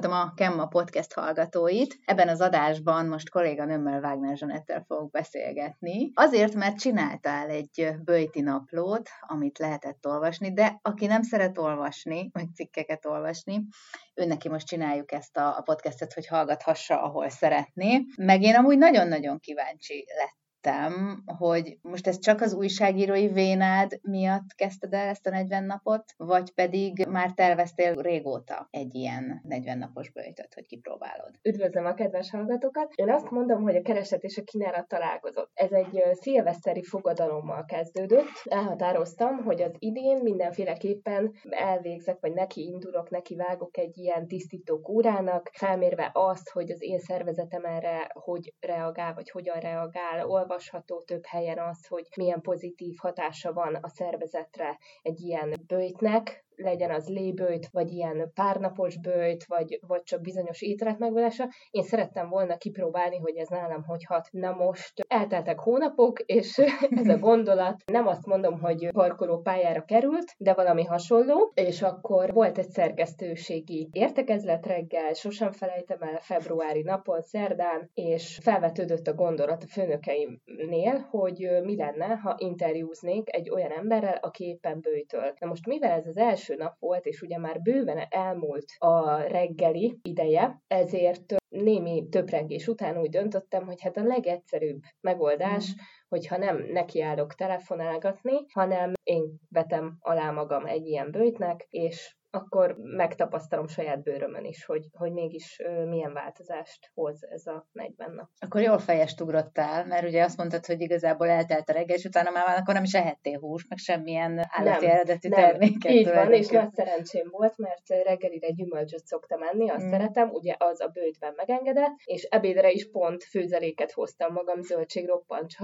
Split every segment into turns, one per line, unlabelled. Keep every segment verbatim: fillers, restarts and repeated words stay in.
Köszöntöm a Kemma podcast hallgatóit. Ebben az adásban most kolléganőmmel, Wagner Zsanettel fogok beszélgetni. Azért, mert csináltál egy böjti naplót, amit lehetett olvasni, de aki nem szeret olvasni, vagy cikkeket olvasni, ő neki most csináljuk ezt a podcastet, hogy hallgathassa, ahol szeretné. Meg én amúgy nagyon-nagyon kíváncsi lettem, hogy most ez csak az újságírói vénád miatt kezdted el ezt a negyven napot, vagy pedig már terveztél régóta egy ilyen negyven napos böjtöt, hogy kipróbálod?
Üdvözlöm a kedves hallgatókat! Én azt mondom, hogy a kereslet és a kínálat találkozott. Ez egy szilveszteri fogadalommal kezdődött. Elhatároztam, hogy az idén mindenféleképpen elvégzek, vagy neki indulok, neki vágok egy ilyen tisztító kúrának, felmérve azt, hogy az én szervezetem erre hogy reagál, vagy hogyan reagál. Olvasható több helyen az, hogy milyen pozitív hatása van a szervezetre egy ilyen böjtnek, legyen az léböjt, vagy ilyen párnapos böjt, vagy, vagy csak bizonyos ételek megvolása. Én szerettem volna kipróbálni, hogy ez nálam hogy hat. Na most elteltek hónapok, és ez a gondolat, nem azt mondom, hogy parkolópályára került, de valami hasonló, és akkor volt egy szerkesztőségi értekezlet reggel, sosem felejtem el, februári napon, szerdán, és felvetődött a gondolat a főnökeimnél, hogy mi lenne, ha interjúznék egy olyan emberrel, aki éppen böjtöl. Na most mivel ez az első nap volt, és ugye már bőven elmúlt a reggeli ideje, ezért némi töprengés után úgy döntöttem, hogy hát a legegyszerűbb megoldás, mm. hogyha nem nekiállok telefonálgatni, hanem én vetem alá magam egy ilyen böjtnek, és akkor megtapasztalom saját bőrömön is, hogy, hogy mégis uh, milyen változást hoz ez a negyven nap.
Akkor jól fejest ugrottál, mert ugye azt mondtad, hogy igazából eltelt a reggel, és utána már akkor nem is ehettél húst, meg semmilyen állati nem, eredetű
nem.
terméket.
Így van, és nagy szerencsém volt, mert reggelire gyümölcsöt szoktam enni, azt mm. szeretem, ugye az a bőjtben megengedett, és ebédre is pont főzeléket hoztam magam zöldségroppancsal.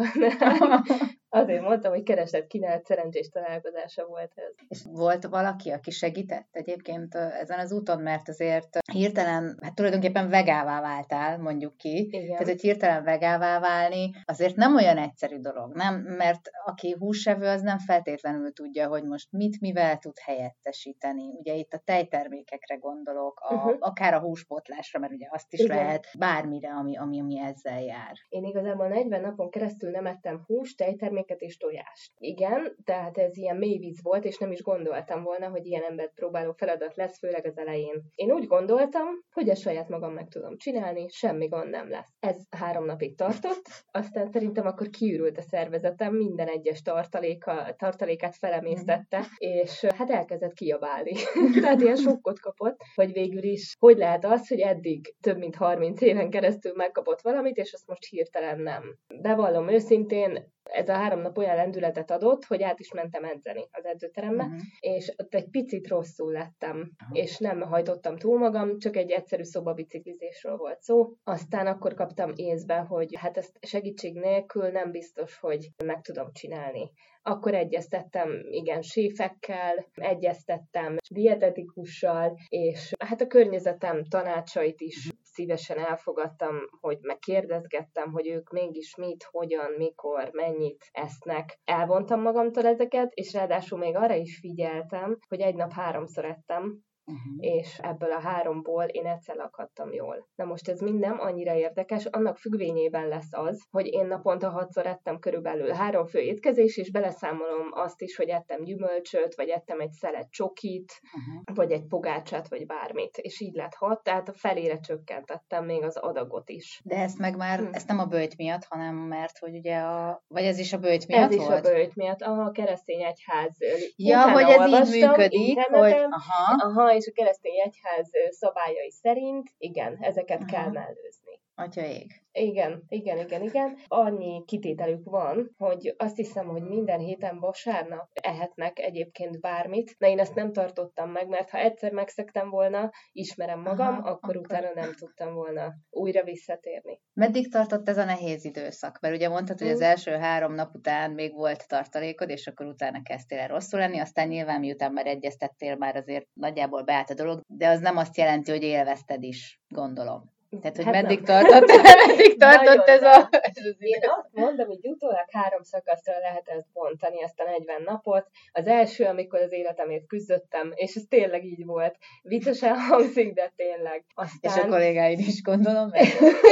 Azért mondtam, hogy keresett kínálat, szerencsés találkozása volt ez.
És volt valaki, aki segített egyébként ezen az úton, mert azért hirtelen, hát tulajdonképpen vegává váltál, mondjuk ki.
Igen.
Tehát, hogy hirtelen vegává válni, azért nem olyan egyszerű dolog, nem? Mert aki húsevő, az nem feltétlenül tudja, hogy most mit, mivel tud helyettesíteni. Ugye itt a tejtermékekre gondolok, a, uh-huh. akár a húspotlásra, mert ugye azt is Igen. lehet, bármire, ami, ami, ami ezzel jár.
Én igazából negyven napon keresztül nem ettem húst, tejterméket és tojást. Igen, tehát ez ilyen mélyvíz volt, és nem is gondoltam volna, hogy ilyen embert próbálok feladat lesz, főleg az elején. Én úgy gondoltam, hogy ezt saját magam meg tudom csinálni, semmi gond nem lesz. Ez három napig tartott, aztán szerintem akkor kiürült a szervezetem, minden egyes tartaléka, tartalékát felemésztette, és hát elkezdett kiabálni. Tehát ilyen sokkot kapott, hogy végül is, hogy lehet az, hogy eddig több mint harminc éven keresztül megkapott valamit, és azt most hirtelen nem. Bevallom őszintén, ez a három nap olyan lendületet adott, hogy át is mentem edzeni az edzőterembe, uh-huh. és ott egy picit rosszul lettem, uh-huh. és nem hajtottam túl magam, csak egy egyszerű szobabiciklizésről volt szó. Aztán akkor kaptam észbe, hogy hát ezt segítség nélkül nem biztos, hogy meg tudom csinálni. Akkor egyeztettem, igen, séfekkel, egyeztettem dietetikussal, és hát a környezetem tanácsait is szívesen elfogadtam, hogy megkérdezgettem, hogy ők mégis mit, hogyan, mikor, mennyit esznek. Elvontam magamtól ezeket, és ráadásul még arra is figyeltem, hogy egy nap háromszor ettem, Uh-huh. és ebből a háromból én egyszer lakhattam jól. Na most ez mind nem annyira érdekes, annak függvényében lesz az, hogy én naponta hatszor ettem körülbelül három fő étkezés, és beleszámolom azt is, hogy ettem gyümölcsöt, vagy ettem egy szelet csokit, uh-huh. vagy egy pogácsát, vagy bármit, és így lett hat, tehát a felére csökkentettem még az adagot is.
De ezt meg már, hmm. ezt nem a böjt miatt, hanem mert, hogy ugye a, vagy ez is a böjt miatt
ez
volt?
Ez is a böjt miatt, a keresztény egyház.
Ja, hogy ez így működik, hogy aha.
aha, és a keresztény egyház szabályai szerint, igen, ezeket Aha. kell mellőzni.
Atya ég.
Igen, igen, igen, igen. Annyi kitételük van, hogy azt hiszem, hogy minden héten vasárnap ehetnek egyébként bármit. Na, én ezt nem tartottam meg, mert ha egyszer megszegtem volna, ismerem magam, Aha, akkor, akkor utána nem tudtam volna újra visszatérni.
Meddig tartott ez a nehéz időszak? Mert ugye mondtad, hogy az első három nap után még volt tartalékod, és akkor utána kezdtél el rosszul lenni, aztán nyilván miután már egyeztettél, már azért nagyjából beállt a dolog, de az nem azt jelenti, hogy élvezted is, gondolom. Tehát, hogy
Hát
meddig
nem.
tartott, meddig tartott ez, a, ez az
Én azt mondom, hogy utólag három szakaszra lehet ezt bontani, ezt a negyven napot. Az első, amikor az életemért küzdöttem, és ez tényleg így volt. Viccesen hangzik, de tényleg. Aztán...
És a kollégáid is gondolom, mert...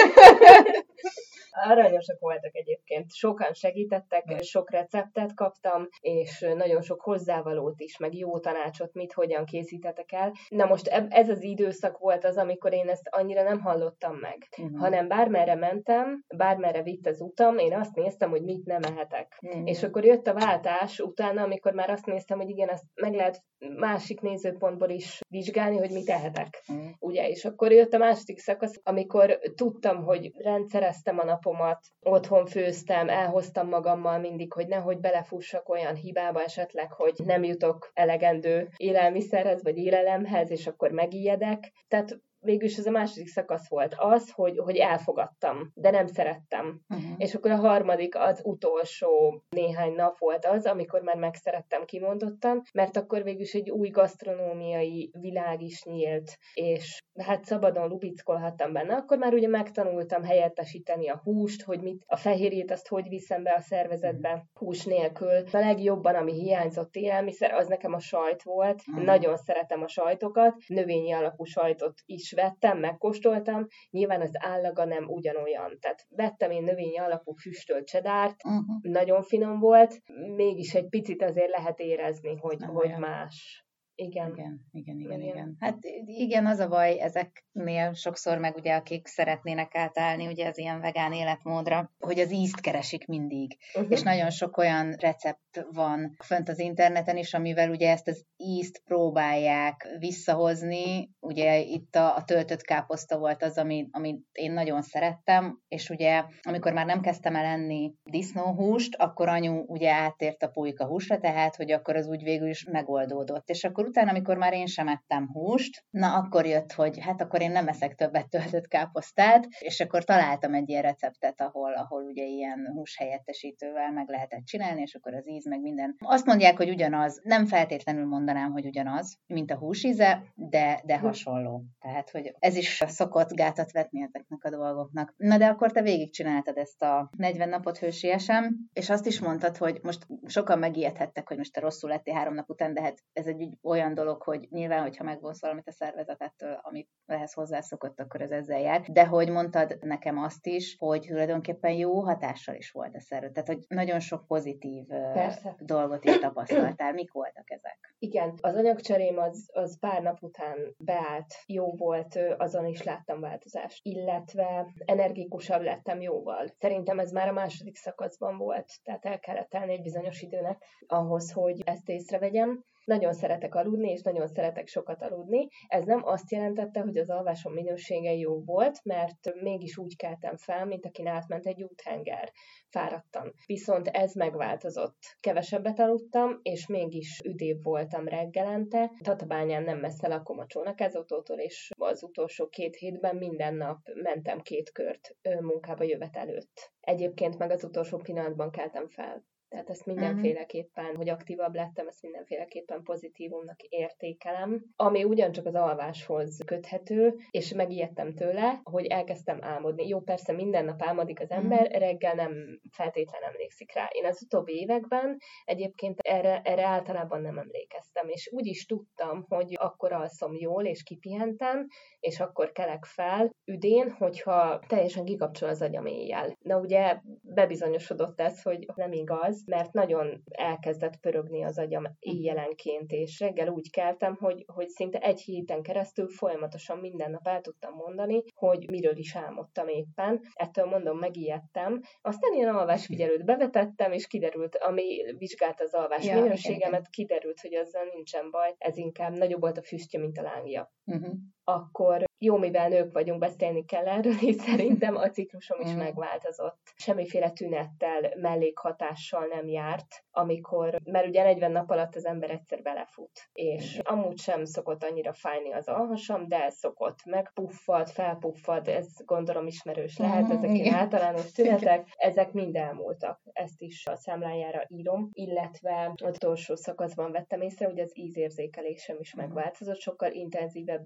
Aranyosak voltak egyébként. Sokan segítettek, sok receptet kaptam, és nagyon sok hozzávalót is, meg jó tanácsot, mit, hogyan készítetek el. Na most ez az időszak volt az, amikor én ezt annyira nem hallottam meg, uh-huh. hanem bármerre mentem, bármerre vitt az utam, én azt néztem, hogy mit nem ehetek. Uh-huh. És akkor jött a váltás utána, amikor már azt néztem, hogy igen, ezt meg lehet másik nézőpontból is vizsgálni, hogy mit ehetek. Uh-huh. Ugye, és akkor jött a második szakasz, amikor tudtam, hogy rendszereztem a napomat, otthon főztem, elhoztam magammal mindig, hogy nehogy belefussak olyan hibába esetleg, hogy nem jutok elegendő élelmiszerhez, vagy élelemhez, és akkor megijedek. Tehát végülis ez a második szakasz volt az, hogy, hogy elfogadtam, de nem szerettem. Uh-huh. És akkor a harmadik, az utolsó néhány nap volt az, amikor már megszerettem kimondottan, mert akkor végülis egy új gasztronómiai világ is nyílt, és hát szabadon lubickolhattam benne. Akkor már ugye megtanultam helyettesíteni a húst, hogy mit, a fehérjét azt hogy viszem be a szervezetbe hús nélkül. A legjobban, ami hiányzott élelmiszer, az nekem a sajt volt. Uh-huh. Nagyon szeretem a sajtokat, növényi alapú sajtot is vettem, megkóstoltam, nyilván az állaga nem ugyanolyan. Tehát vettem én növényi alapú füstölt csedárt, uh-huh. nagyon finom volt, mégis egy picit azért lehet érezni, hogy, hogy más. Igen.
Igen, igen, igen, igen, igen. Hát igen, az a baj ezeknél sokszor meg ugye, akik szeretnének átállni ugye az ilyen vegán életmódra, hogy az ízt keresik mindig. Uh-huh. És nagyon sok olyan recept van fönt az interneten is, amivel ugye ezt az ízt próbálják visszahozni. Ugye itt a, a töltött káposzta volt az, amit, amit én nagyon szerettem, és ugye amikor már nem kezdtem el enni disznóhúst, akkor anyu ugye áttért a pulyka húsra, tehát hogy akkor az úgy végül is megoldódott. És akkor utána, amikor már én sem ettem húst, na akkor jött, hogy hát akkor én nem eszek többet töltött káposztát, és akkor találtam egy ilyen receptet, ahol, ahol ugye ilyen húshelyettesítővel meg lehetett csinálni, és akkor az íz meg minden. Azt mondják, hogy ugyanaz, nem feltétlenül mondanám, hogy ugyanaz, mint a húsíze, de, de hasonló. Tehát, hogy ez is szokott gátat vetni ezeknek a dolgoknak. Na de akkor te végigcsináltad ezt a negyven napot hősiesen, és azt is mondtad, hogy most sokan megijedhettek, hogy most te rosszul lettél három nap után, de hát ez egy olyan dolog, hogy nyilván, hogyha megvonsz valamit a szervezetettől, amit ehhez hozzászokott, akkor ez ezzel jár. De hogy mondtad nekem azt is, hogy tulajdonképpen jó hatással is volt a szervezet. Tehát, hogy nagyon sok pozitív Persze. dolgot is tapasztaltál. Mik voltak ezek?
Igen, az anyagcserém az, az pár nap után beállt, jó volt, azon is láttam változást. Illetve energikusabb lettem jóval. Szerintem ez már a második szakaszban volt, tehát el kellett telni egy bizonyos időnek ahhoz, hogy ezt észrevegyem. Nagyon szeretek aludni, és nagyon szeretek sokat aludni. Ez nem azt jelentette, hogy az alvásom minősége jó volt, mert mégis úgy keltem fel, mint akin átment egy úthenger. Fáradtam. Viszont ez megváltozott. Kevesebbet aludtam, és mégis üdébb voltam reggelente. Tatabányán nem messze lakom a Csónakázautótól, és az utolsó két hétben minden nap mentem két kört munkába jövet előtt. Egyébként meg az utolsó pillanatban keltem fel. Tehát ezt mindenféleképpen, uh-huh. hogy aktívabb lettem, ezt mindenféleképpen pozitívumnak értékelem, ami ugyancsak az alváshoz köthető, és megijedtem tőle, hogy elkezdtem álmodni. Jó, persze minden nap álmodik az ember, uh-huh. reggel nem feltétlenül emlékszik rá. Én az utóbbi években egyébként erre, erre általában nem emlékeztem, és úgy is tudtam, hogy akkor alszom jól, és kipihentem, és akkor kelek fel üdén, hogyha teljesen kikapcsol az agyam éjjel. Na ugye bebizonyosodott ez, hogy nem igaz, mert nagyon elkezdett pörögni az agyam éjjelenként, és reggel úgy keltem, hogy, hogy szinte egy héten keresztül folyamatosan minden nap el tudtam mondani, hogy miről is álmodtam éppen. Ettől mondom, megijedtem. Aztán ilyen alvásfigyelőt bevetettem, és kiderült, ami vizsgálta az alvás ja, minőségemet, kiderült, hogy azzal nincsen baj, ez inkább nagyobb volt a füstje, mint a lángja. Uh-huh. Akkor jó, mivel nők vagyunk, beszélni kell erről, és szerintem a ciklusom is mm. megváltozott. Semmiféle tünettel, mellékhatással nem járt, amikor, mert ugye negyven nap alatt az ember egyszer belefut, és amúgy sem szokott annyira fájni az alhasam, de ez szokott, megpuffad, felpuffad, ez gondolom ismerős lehet, ezek mm, általános tünetek, ezek mind elmúltak. Ezt is a számlájára írom, illetve az utolsó szakaszban vettem észre, hogy az ízérzékelésem is megváltozott, sokkal intenzívebben érzek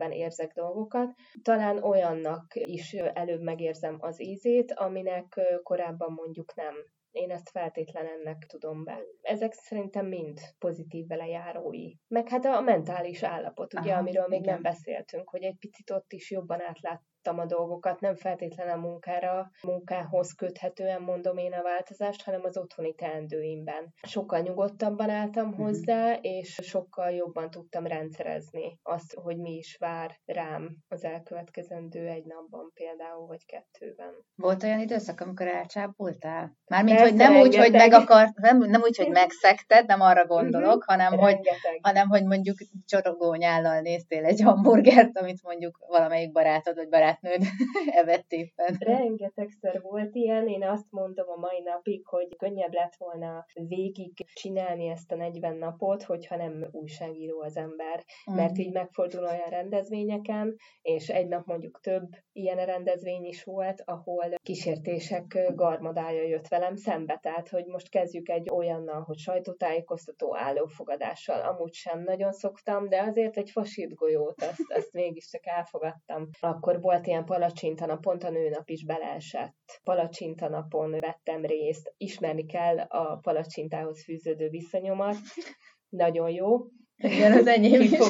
ezek dolgokat. Talán olyannak is előbb megérzem az ízét, aminek korábban mondjuk nem. Én ezt feltétlen ennek tudom be. Ezek szerintem mind pozitív velejárói. Meg hát a mentális állapot, ugye, Aha, amiről még igen. nem beszéltünk, hogy egy picit ott is jobban átláttam a dolgokat, nem feltétlenül a munkára, munkához köthetően mondom én a változást, hanem az otthoni teendőimben. Sokkal nyugodtabban álltam uh-huh. hozzá, és sokkal jobban tudtam rendszerezni azt, hogy mi is vár rám az elkövetkezendő egy napban például, vagy kettőben.
Volt olyan időszak, amikor elcsábultál? Mármint, hogy nem úgy, hogy meg akart, nem, nem úgy, hogy megszekted, nem arra gondolok, uh-huh. hanem, hogy, hanem hogy mondjuk csorogó nyállal néztél egy hamburgert, amit mondjuk valamelyik barátod vagy barátnőd evett éppen.
Rengetegszer volt ilyen, én azt mondom a mai napig, hogy könnyebb lett volna végig csinálni ezt a negyven napot, hogyha nem újságíró az ember, uh-huh. mert így megfordul olyan rendezvényeken, és egy nap mondjuk több ilyen rendezvény is volt, ahol kísértések garmadája jött velem szembe, tehát hogy most kezdjük egy olyannal, hogy sajtótájékoztató állófogadással, amúgy sem nagyon szoktam, de azért egy fasírt golyót, azt, azt mégiscsak elfogadtam. Akkor volt ilyen palacsintanap, pont a nőnap is beleesett. Palacsintanapon vettem részt, ismerni kell a palacsintához fűződő viszonyomat, nagyon jó.
Igen, az enyém is.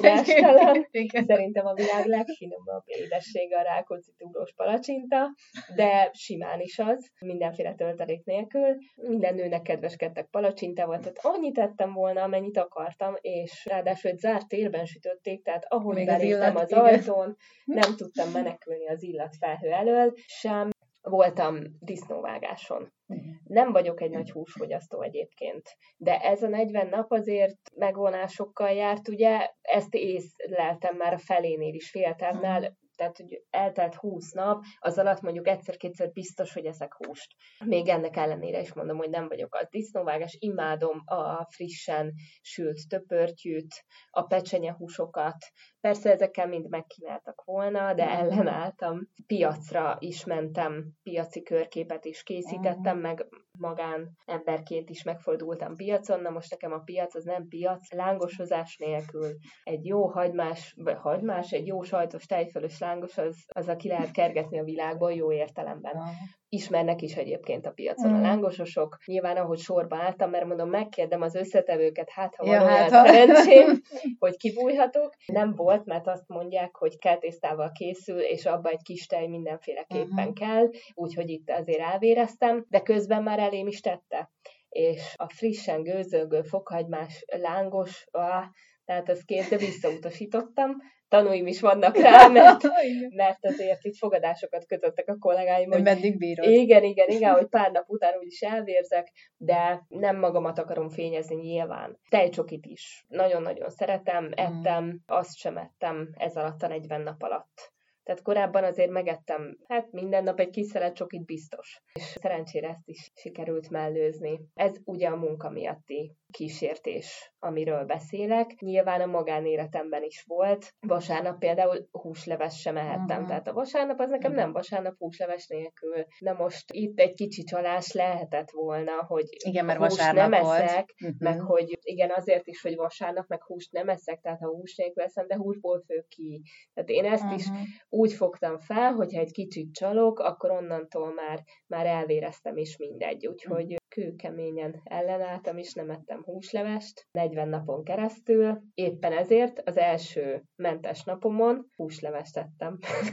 Szerintem a világ legfinomabb édessége a Rákóczi túrós palacsinta, de simán is az, mindenféle töltelék nélkül. Minden nőnek kedveskedtek palacsintával, tehát annyit tettem volna, amennyit akartam, és ráadásul egy zárt térben sütötték, tehát ahol még beléptem az, az ajtón, nem tudtam menekülni az illatfelhő elől, sem. Voltam disznóvágáson. Nem vagyok egy nagy húsfogyasztó egyébként, de ez a negyven nap azért megvonásokkal járt, ugye, ezt észleltem már a felénél is, féltávnál, tehát hogy eltelt húsz nap, az alatt mondjuk egyszer-kétszer biztos, hogy eszek húst. Még ennek ellenére is mondom, hogy nem vagyok az disznóvágás, imádom a frissen sült töpörtyűt, a pecsenyehúsokat, persze ezekkel mind megkínáltak volna, de ellenálltam. Piacra is mentem, piaci körképet is készítettem, meg magán emberként is megfordultam piacon. Na most nekem a piac az nem piac, lángosozás nélkül. Egy jó hagymás, vagy hagymás, egy jó sajtos tejfölös lángos, az, az aki lehet kergetni a világból jó értelemben. Ismernek is egyébként a piacon a lángososok. Nyilván, ahogy sorba álltam, mert mondom, megkérdem az összetevőket, hát ha
ja,
van
hát,
olyan szerencsém, hogy kibújhatok. Nem volt, mert azt mondják, hogy keltésztával készül, és abba egy kis tej mindenféleképpen uh-huh. kell, úgyhogy itt azért elvéreztem, de közben már elém is tette. És a frissen gőzölgő fokhagymás lángos, ah, tehát azt két, de visszautasítottam. Tanúim is vannak rá, mert, mert azért itt fogadásokat kötöttek a kollégáim.
Hogy meddig bírod.
Igen, igen, igen, hogy pár nap után úgyis elvérzek, de nem magamat akarom fényezni nyilván. Tejcsokit is nagyon-nagyon szeretem, ettem, mm. azt sem ettem ez alatt a negyven nap alatt. Tehát korábban azért megettem, hát minden nap egy kis szelet csokit biztos. És szerencsére ezt is sikerült mellőzni. Ez ugye a munka miatti kísértés, amiről beszélek. Nyilván a magánéletemben is volt. Vasárnap például húsleves sem ehettem. Uh-huh. Tehát a vasárnap az nekem nem vasárnap húsleves nélkül. Na most itt egy kicsi csalás lehetett volna, hogy
igen, mert
húst
vasárnap
nem
volt.
eszek,
Uh-huh.
meg hogy igen, azért is, hogy vasárnap, meg húst nem eszek, tehát ha hús nélkül eszem, de húsból fő ki. Tehát én ezt uh-huh. is úgy fogtam fel, hogyha egy kicsit csalok, akkor onnantól már, már elvéreztem is mindegy. Úgyhogy uh-huh. kőkeményen ellenálltam, és nem ettem húslevest negyven napon keresztül. Éppen ezért az első mentes napomon húslevest ettem.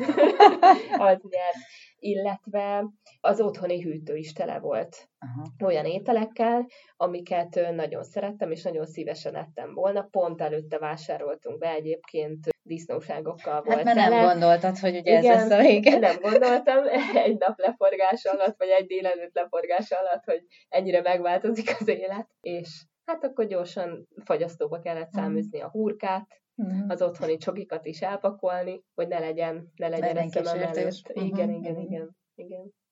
Az nyert. Illetve az otthoni hűtő is tele volt Aha. olyan ételekkel, amiket nagyon szerettem, és nagyon szívesen ettem volna. Pont előtte vásároltunk be egyébként, disznóságokkal volt
hát mert
tele.
nem gondoltad, hogy ugye igen, ez lesz a vége.
Nem gondoltam egy nap leforgása alatt, vagy egy délelőtt leforgása alatt, hogy ennyire megváltozik az élet. És hát akkor gyorsan fagyasztóba kellett száműzni a hurkát, uh-huh. az otthoni csokikat is elpakolni, hogy ne legyen, ne legyen eszem emellett. Igen, igen, igen, igen.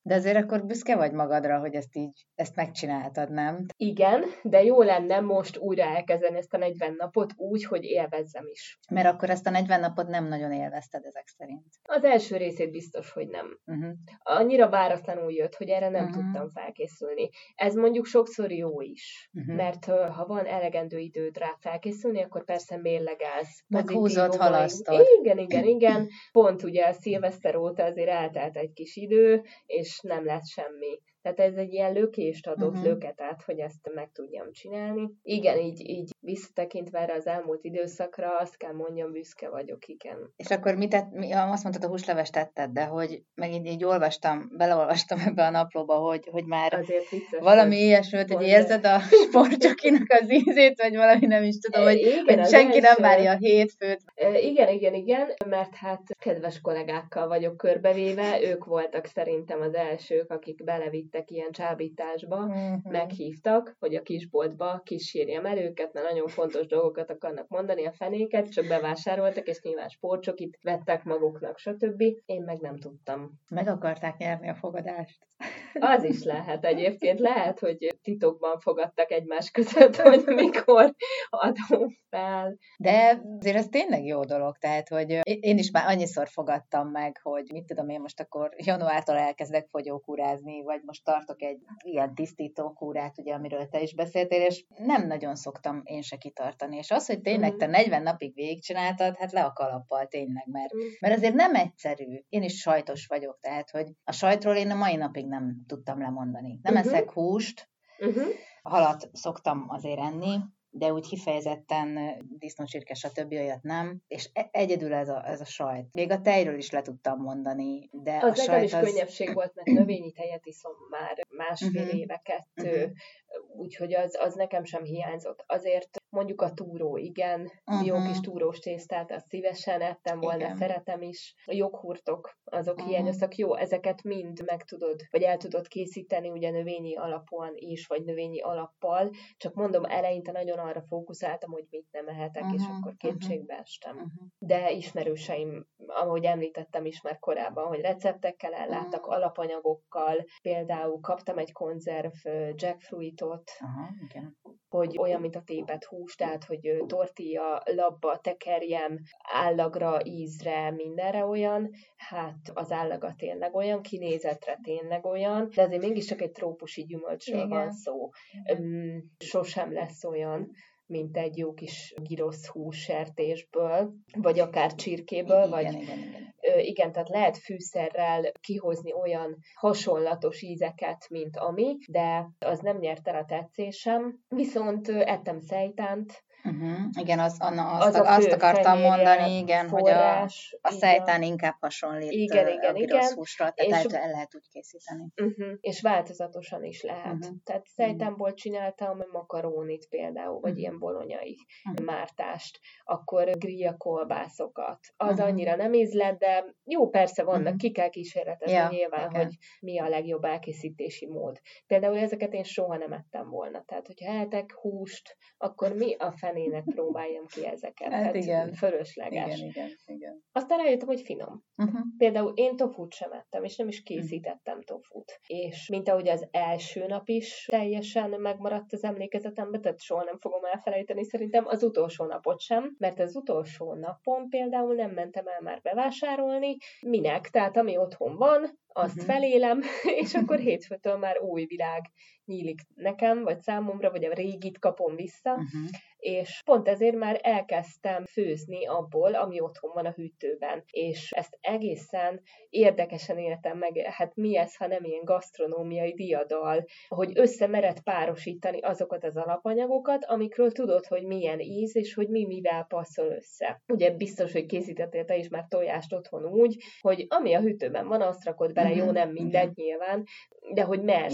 De azért akkor büszke vagy magadra, hogy ezt így, ezt megcsináltad, nem?
Igen, de jó lenne most újra elkezdeni ezt a negyven napot úgy, hogy élvezzem is.
Mert akkor ezt a negyven napot nem nagyon élvezted ezek szerint.
Az első részét biztos, hogy nem.
Uh-huh.
Annyira váratlanul jött, hogy erre nem uh-huh. tudtam felkészülni. Ez mondjuk sokszor jó is, uh-huh. mert ha van elegendő időd rá felkészülni, akkor persze mérlegelsz.
Meghúzott, halasztod.
Igen, igen, igen. Pont ugye a szilveszter óta azért eltelt egy kis idő, és nem lett semmi. Tehát ez egy ilyen lökést adott, uh-huh. löket át, hogy ezt meg tudjam csinálni. Igen, így, így visszatekintve erre az elmúlt időszakra, azt kell mondjam, büszke vagyok, igen.
És akkor mit tett, mi, azt mondtad, a húslevest tetted, de hogy megint így olvastam, beleolvastam ebbe a naplóba, hogy, hogy már valami ilyesmi, hogy érzed a sportcsokinak az ízét, vagy valami nem is tudom, hogy, igen, hogy senki első... nem várja a hétfőt.
Igen, igen, igen, mert hát kedves kollégákkal vagyok körbevéve, ők voltak szerintem az elsők, akik belevittek ilyen csábításba, uh-huh. meghívtak, hogy a kisboltba kísérjem el őket, mert nagyon fontos dolgokat akarnak mondani, a fenéket, csak bevásároltak, és nyilván sportcsokit vettek maguknak, stb. Én meg nem tudtam.
Meg akarták nyerni a fogadást.
Az is lehet egyébként. Lehet, hogy titokban fogadtak egymás között, hogy mikor adom fel.
De azért ez tényleg jó dolog, tehát, hogy én is már annyiszor fogadtam meg, hogy mit tudom én most akkor januártól elkezdek fogyókúrázni, vagy most tartok egy ilyen tisztítókúrát, ugye, amiről te is beszéltél, és nem nagyon szoktam én se kitartani. És az, hogy tényleg te negyven napig végigcsináltad, hát le a kalappal tényleg, mert, mert azért nem egyszerű. Én is sajtos vagyok, tehát, hogy a sajtról én a mai napig nem tudtam lemondani. Nem uh-huh. eszek húst, uh-huh. halat szoktam azért enni, de úgy kifejezetten disznócsirke, stb. Olyat nem, és egyedül ez a, ez a sajt. Még a tejről is le tudtam mondani, de
az
a sajt
is az... könnyebbség volt, mert növényi tejet iszom már másfél uh-huh. éve, kettő, uh-huh. úgyhogy az, az nekem sem hiányzott. Azért mondjuk a túró, igen, uh-huh. jó kis túrós tésztát, azt szívesen ettem volna, igen. Szeretem is. A joghurtok, azok uh-huh. hiányoztak. Jó, ezeket mind meg tudod, vagy el tudod készíteni, ugye növényi alapon is, vagy növényi alappal, csak mondom, eleinte nagyon arra fókuszáltam, hogy mit nem ehetek, uh-huh. és akkor kétségbe estem. Uh-huh. De ismerőseim, ahogy említettem is már korábban, hogy receptekkel elláttak, uh-huh. alapanyagokkal, például kaptam egy konzerv jackfruitot, uh-huh. igen. hogy olyan, mint a tépett hús, tehát, hogy tortilla, labba, tekerjem, állagra, ízre, mindenre olyan, hát az állaga tényleg olyan, kinézetre tényleg olyan, de azért mégiscsak egy trópusi gyümölcsről igen. van szó. Um, sosem lesz olyan, mint egy jó kis girosz hús sertésből, vagy akár csirkéből, igen, vagy... Igen, igen. Ö, igen, tehát lehet fűszerrel kihozni olyan hasonlatos ízeket, mint ami, de az nem nyert el a tetszésem. Viszont ö, ettem szejtánt.
Uh-huh. Igen, az, Anna, azt, az azt akartam mondani, igen, forrás, hogy a, a szejtán inkább hasonlít igen, igen, a girosz húsra, tehát el lehet úgy készíteni.
Uh-huh. És változatosan is lehet. Uh-huh. Tehát szejtánból csináltam makarónit például, vagy uh-huh. ilyen bolonyai uh-huh. mártást, akkor grilla kolbászokat. Az uh-huh. annyira nem ízlett, de jó, persze vannak, uh-huh. ki kell kísérletezni ja, nyilván, okay. hogy mi a legjobb elkészítési mód. Például ezeket én soha nem ettem volna. Tehát, hogyha ehetek húst, akkor mi a fenének próbáljam ki ezeket.
Hát, hát igen.
Fölösleges.
Igen, igen, igen.
Aztán rájöttem, hogy finom. Uh-huh. Például én tofut sem ettem, és nem is készítettem tofut. És mint ahogy az első nap is teljesen megmaradt az emlékezetembe, tehát soha nem fogom elfelejteni szerintem, az utolsó napot sem, mert az utolsó napon például nem mentem el már bevásárolni. Minek? Tehát ami otthon van, azt uh-huh. felélem, és akkor hétfőtől már új világ nyílik nekem, vagy számomra, vagy a régit kapom vissza, uh-huh. és pont ezért már elkezdtem főzni abból, ami otthon van a hűtőben, és ezt egészen érdekesen éltem meg, hát mi ez, ha nem ilyen gasztronómiai diadal, hogy összemered párosítani azokat az alapanyagokat, amikről tudod, hogy milyen íz, és hogy mi mivel passzol össze. Ugye biztos, hogy készítettél te is már tojást otthon úgy, hogy ami a hűtőben van, azt rakod bele, uh-huh. jó, nem mindegy uh-huh. nyilván, de hogy mersz.
Igen.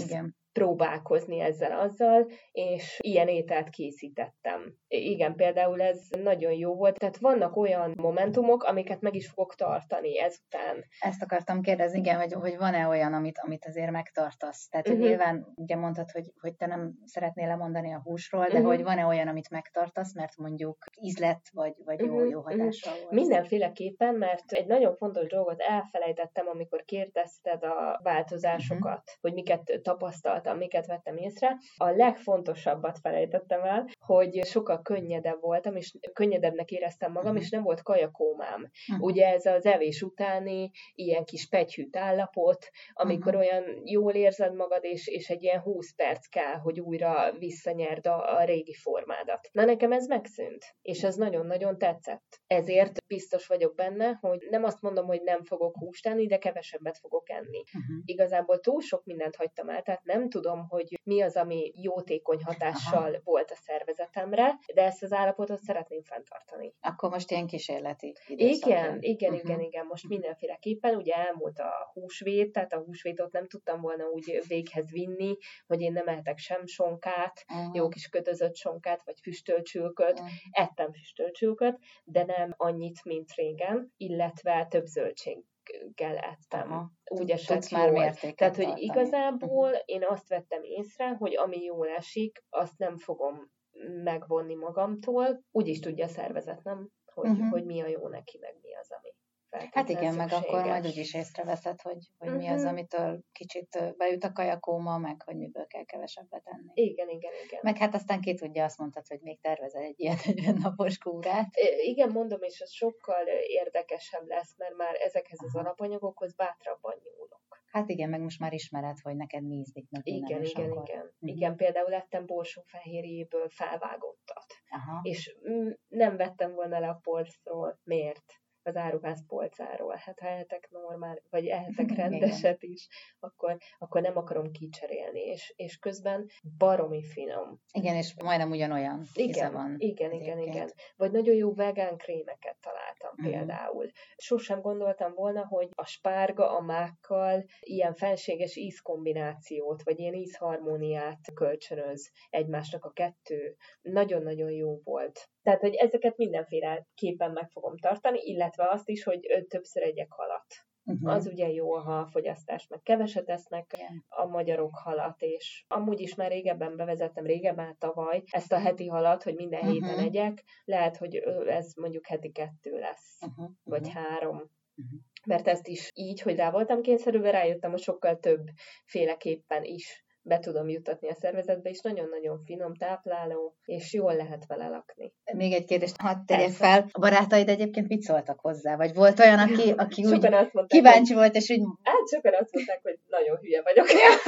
próbálkozni ezzel-azzal, és ilyen ételt készítettem. Igen, például ez nagyon jó volt, tehát vannak olyan momentumok, amiket meg is fogok tartani ezután.
Ezt akartam kérdezni, igen, hogy, hogy van-e olyan, amit, amit azért megtartasz? Tehát, hogy uh-huh. nyilván ugye mondtad, hogy, hogy te nem szeretnél lemondani a húsról, de uh-huh. hogy van-e olyan, amit megtartasz, mert mondjuk ízlet, vagy, vagy jó, uh-huh. jó hatással volt?
Mindenféleképpen, mert egy nagyon fontos dolgot elfelejtettem, amikor kérdezted a változásokat, uh-huh. hogy miket tapasztaltam, miket vettem észre. A legfontosabbat felejtettem el, hogy sokkal könnyedebb voltam, és könnyedebbnek éreztem magam, uh-huh. és nem volt kajakómám. Uh-huh. Ugye ez az evés utáni ilyen kis pegyhűt állapot, amikor uh-huh. olyan jól érzed magad, és, és egy ilyen húsz perc kell, hogy újra visszanyerd a, a régi formádat. Na nekem ez megszűnt, és ez nagyon-nagyon tetszett. Ezért biztos vagyok benne, hogy nem azt mondom, hogy nem fogok húst enni, de kevesebbet fogok enni. Uh-huh. Igazából túl sok mindent hagytam el, tehát nem tudom, hogy mi az, ami jótékony hatással Aha. volt a szervezetemre, de ezt az állapotot szeretném fenntartani.
Akkor most ilyen kísérleti
időszak. Igen, igen, uh-huh. igen, igen, most mindenféleképpen, ugye elmúlt a húsvét, tehát a húsvétot nem tudtam volna úgy véghez vinni, hogy én nem ehetek sem sonkát, uh-huh. jó kis kötözött sonkát, vagy füstölcsülköt, uh-huh. ettem füstölcsülköt, de nem annyit, mint régen, illetve több zöldséggel ettem. Aha. Úgy esett jól. Már Tehát, hogy tartani. Igazából uh-huh. én azt vettem észre, hogy ami jól esik, azt nem fogom megvonni magamtól. Úgy is tudja a szervezet, nem? Hogy, uh-huh. hogy mi a jó neki, meg mi az, ami
Hát igen, meg akkor majd úgyis észreveszed, hogy, hogy uh-huh. mi az, amitől kicsit beüt a kajakóma, meg hogy miből kell kevesebbet enni.
Igen, igen, igen.
Meg hát aztán ki tudja, azt mondtad, hogy még tervezel egy ilyen negyven napos kúrát.
Igen, mondom, és ez sokkal érdekesebb lesz, mert már ezekhez Aha. az alapanyagokhoz bátrabban nyúlok.
Hát igen, meg most már ismered, hogy neked mi ízlik, meg
igen, igen,
akkor.
igen. Uh-huh. Igen, például ettem borsófehérjéből felvágottat. Aha. És mm, nem vettem volna le a polcról. Miért? Az áruház polcáról. Hát ha ehetek normál, vagy ehetek rendeset is, akkor, akkor nem akarom kicserélni. És, és közben baromi finom.
Igen, és majdnem ugyanolyan
igen,
van.
Igen, igen, igen. Vagy nagyon jó vegán krémeket találtam uh-huh. például. Sosem gondoltam volna, hogy a spárga a mákkal ilyen fenséges ízkombinációt, vagy ilyen ízharmóniát kölcsönöz egymásnak a kettő. Nagyon-nagyon jó volt. Tehát, hogy ezeket mindenféleképpen meg fogom tartani, illetve azt is, hogy többször egyek halat. Uh-huh. Az ugye jó a halfogyasztás, meg keveset esznek yeah. a magyarok halat, és amúgy is már régebben bevezettem, régebben tavaly ezt a heti halat, hogy minden uh-huh. héten egyek, lehet, hogy ez mondjuk heti kettő lesz, uh-huh. vagy három. Uh-huh. Mert ezt is így, hogy rá voltam kényszerülve, rájöttem, hogy sokkal több féleképpen is be tudom juttatni a szervezetbe, és nagyon-nagyon finom, tápláló, és jól lehet vele lakni.
Még egy kérdést hadd tegyek fel. A barátaid egyébként mit szóltak hozzá? Vagy volt olyan, aki, aki úgy mondták, kíváncsi hogy... volt, és úgy...
Hát sokan azt mondták, hogy nagyon hülye vagyok.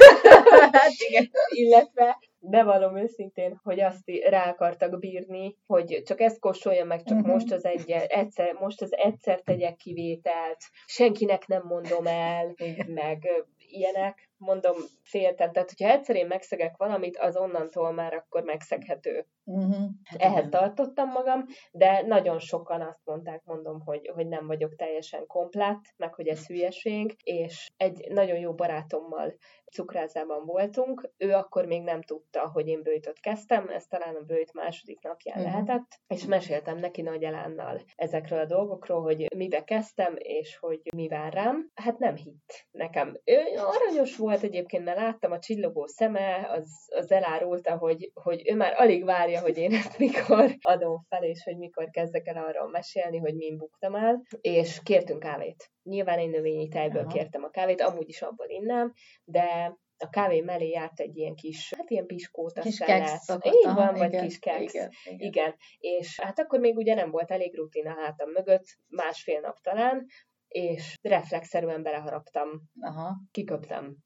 Hát igen. Illetve bevallom őszintén, hogy azt rá akartak bírni, hogy csak ezt kóstolja meg, csak uh-huh. most az egy, egyszer, most az egyszer tegyek kivételt, senkinek nem mondom el, igen. meg ilyenek, mondom, féltem. Tehát, hogyha egyszer én megszegek valamit, az onnantól már akkor megszeghető. Uh-huh. Ehhez tartottam magam, de nagyon sokan azt mondták, mondom, hogy, hogy nem vagyok teljesen komplett, meg hogy ez hülyeség, és egy nagyon jó barátommal Cukrázában voltunk, ő akkor még nem tudta, hogy én böjtöt kezdtem, ez talán a böjt második napján uh-huh. lehetett, és meséltem neki nagy elánnal ezekről a dolgokról, hogy mibe kezdtem, és hogy mi vár rám. Hát nem hitt nekem. Ő aranyos volt egyébként, mert láttam a csillogó szeme, az, az elárulta, hogy, hogy ő már alig várja, hogy én ezt mikor adom fel, és hogy mikor kezdek el arról mesélni, hogy min buktam el, és kértünk kávét. Nyilván én növényi tejből Aha. kértem a kávét, amúgy is abból innám, de a kávé mellé járt egy ilyen kis, hát ilyen piskóta
kis
keksz. Így van, vagy igen, kis keksz. Igen, igen. igen. És hát akkor még ugye nem volt elég rutin a hátam mögött, másfél nap talán, és reflexzerűen beleharaptam. Aha. Kiköptem.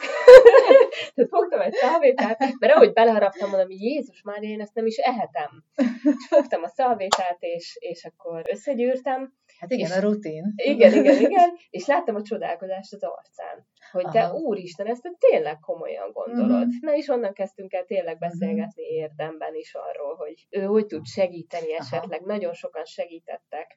Tehát fogtam egy szalvétát, mert ahogy beleharaptam, mondom, hogy Jézus Mária, én ezt nem is ehetem. És fogtam a szalvétát, és, és akkor összegyűrtem.
Hát igen,
és,
a rutin.
Igen, igen, igen. És láttam a csodálkozást az arcán, hogy Aha. te úristen, ezt te tényleg komolyan gondolod. Uh-huh. Na és onnan kezdtünk el tényleg beszélgetni uh-huh. érdemben is arról, hogy ő hogy tud segíteni esetleg. Aha. Nagyon sokan segítettek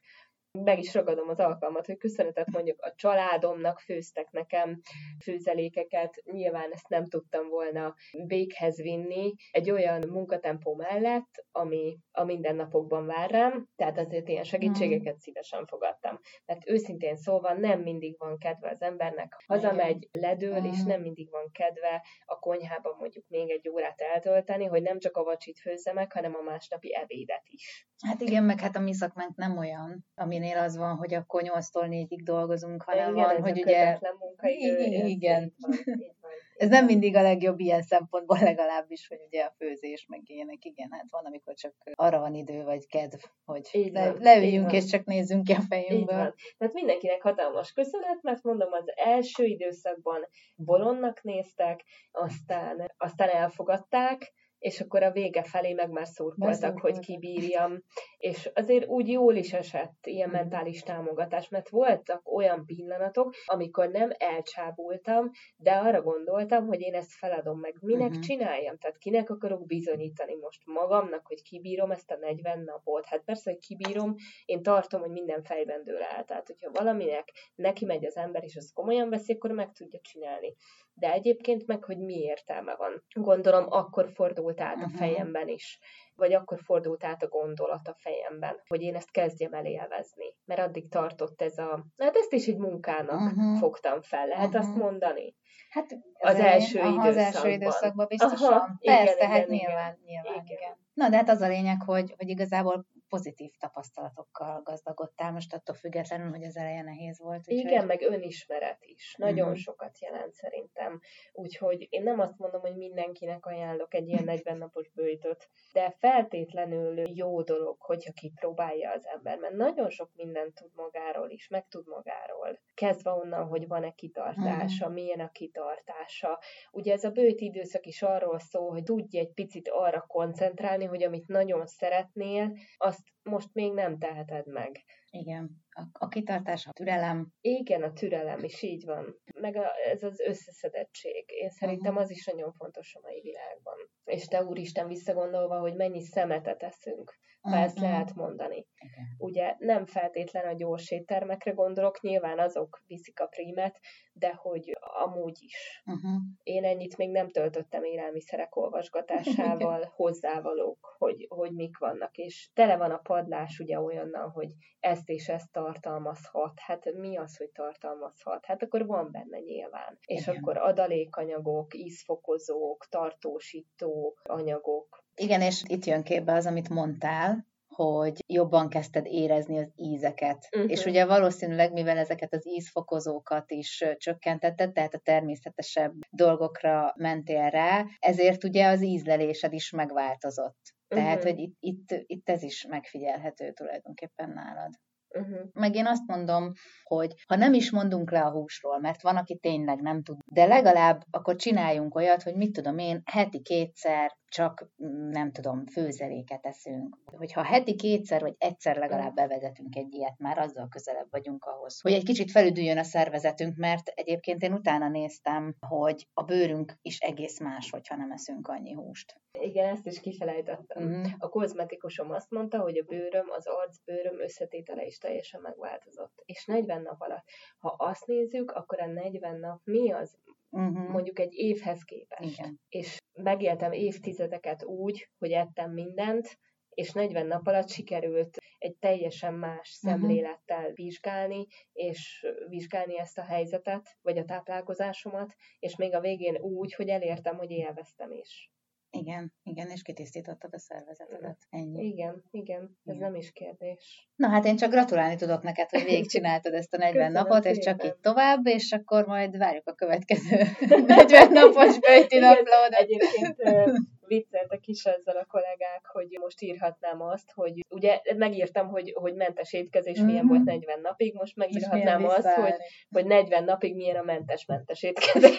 meg is ragadom az alkalmat, hogy köszönetet mondjuk a családomnak, főztek nekem főzelékeket, nyilván ezt nem tudtam volna véghez vinni egy olyan munkatempó mellett, ami a mindennapokban vár rám, tehát azért ilyen segítségeket szívesen fogadtam. Mert őszintén szólva nem mindig van kedve az embernek, hazamegy, ledől, és nem mindig van kedve a konyhában mondjuk még egy órát eltölteni, hogy nem csak a vacsit főzze meg, hanem a másnapi ebédet is.
Hát igen, meg hát a mi szakmánk nem olyan, aminél az van, hogy akkor nyolctól négyig dolgozunk, hanem
igen,
van,
ez
hogy
a
ugye...
munkaidő,
igen.
Így van, így van, így
ez nem mindig a legjobb ilyen szempontból legalábbis, hogy ugye a főzés meg ilyenek, igen, hát van, amikor csak arra van idő, vagy kedv, hogy le, leüljünk és csak nézzünk ki a fejünkből.
Tehát mindenkinek hatalmas köszönet, mert mondom, az első időszakban bolondnak néztek, aztán, aztán elfogadták, és akkor a vége felé meg már szurkoltak, hogy kibírjam. És azért úgy jól is esett ilyen mm. mentális támogatás, mert voltak olyan pillanatok, amikor nem elcsábultam, de arra gondoltam, hogy én ezt feladom meg. Minek uh-huh. csináljam? Tehát kinek akarok bizonyítani most magamnak, hogy kibírom ezt a negyven napot? Hát persze, hogy kibírom, én tartom, hogy minden fejben dől el. Tehát, hogyha valaminek neki megy az ember, és azt komolyan veszi, akkor meg tudja csinálni. De egyébként meg, hogy mi értelme van. Gondolom, akkor fordult át a fejemben is, vagy akkor fordult át a gondolat a fejemben, hogy én ezt kezdjem el élvezni. Mert addig tartott ez a... Hát ezt is egy munkának uh-huh. fogtam fel, lehet uh-huh. azt mondani?
Hát
az, az első
aha,
időszakban.
Az első időszakban biztosan.
Aha,
Persze,
igen,
hát
igen,
nyilván,
igen.
nyilván,
igen.
igen. Na, de hát az a lényeg, hogy, hogy igazából pozitív tapasztalatokkal gazdagodtál, most attól függetlenül, hogy az eleje nehéz volt.
Úgyhogy... Igen, meg önismeret is. Nagyon uh-huh. sokat jelent szerintem. Úgyhogy én nem azt mondom, hogy mindenkinek ajánlok egy ilyen negyven napos böjtöt, de feltétlenül jó dolog, hogyha kipróbálja az ember, mert nagyon sok mindent tud magáról is, meg tud magáról. Kezdve onnan, hogy van-e kitartása, uh-huh. milyen a kitartása. Ugye ez a böjt időszak is arról szól, hogy tudj egy picit arra koncentrálni, hogy amit nagyon szeretnél, azt most még nem teheted meg.
Igen, a, a kitartás, a türelem.
Igen, a türelem is, így van. Meg a, ez az összeszedettség. Én szerintem uh-huh. az is nagyon fontos a mai világban. És te úristen visszagondolva, hogy mennyi szemetet eszünk, ha uh-huh. ezt lehet mondani. Okay. Ugye nem feltétlen a gyors éttermekre gondolok, nyilván azok viszik a prímet, de hogy amúgy is. Uh-huh. Én ennyit még nem töltöttem élelmiszerek olvasgatásával, hozzávalók, hogy, hogy mik vannak. És tele van a padlás ugye olyannal, hogy ezt és ezt tartalmazhat. Hát mi az, hogy tartalmazhat? Hát akkor van benne nyilván. Igen. És akkor adalékanyagok, ízfokozók, tartósító anyagok.
Igen, és itt jön képbe az, amit mondtál, hogy jobban kezdted érezni az ízeket. Uh-huh. És ugye valószínűleg, mivel ezeket az ízfokozókat is csökkentetted, tehát a természetesebb dolgokra mentél rá, ezért ugye az ízlelésed is megváltozott. Tehát, uh-huh. hogy itt, itt, itt ez is megfigyelhető tulajdonképpen nálad. Uh-huh. Meg én azt mondom, hogy ha nem is mondunk le a húsról, mert van, aki tényleg nem tud, de legalább akkor csináljunk olyat, hogy mit tudom én, heti kétszer csak, nem tudom, főzeléket eszünk. Hogyha heti kétszer vagy egyszer legalább bevezetünk egy ilyet, már azzal közelebb vagyunk ahhoz, hogy egy kicsit felüdüljön a szervezetünk, mert egyébként én utána néztem, hogy a bőrünk is egész más, hogyha nem eszünk annyi húst.
Igen, ezt is kifelejtettem. Mm. A kozmetikusom azt mondta, hogy a bőröm, az arcbőröm összetétele is teljesen megváltozott. És negyven nap alatt. Ha azt nézzük, akkor a negyven nap mi az? Uh-huh. Mondjuk egy évhez képest. Igen. És megéltem évtizedeket úgy, hogy ettem mindent, és negyven nap alatt sikerült egy teljesen más szemlélettel vizsgálni, és vizsgálni ezt a helyzetet, vagy a táplálkozásomat, és még a végén úgy, hogy elértem, hogy élveztem is.
Igen, igen, és kitisztítottad a szervezetedet. Ennyi.
Igen, igen, ez igen. Nem is kérdés.
Na hát én csak gratulálni tudok neked, hogy végigcsináltad ezt a negyven napot, és csak így tovább, és akkor majd várjuk a következő negyven napos böjti naplódat.
Egyébként vicceltek is ezzel a kollégák, hogy most írhatnám azt, hogy ugye megírtam, hogy, hogy mentes étkezés mm-hmm. milyen volt negyven napig, most megírhatnám azt, hogy, hogy negyven napig milyen a mentes-mentes étkezés.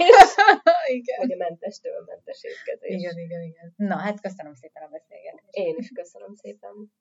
Igen.
Vagy a mentestől mentes étkezés.
Igen, igen, igen. Na, hát köszönöm szépen a beszélgetést.
Én is köszönöm szépen.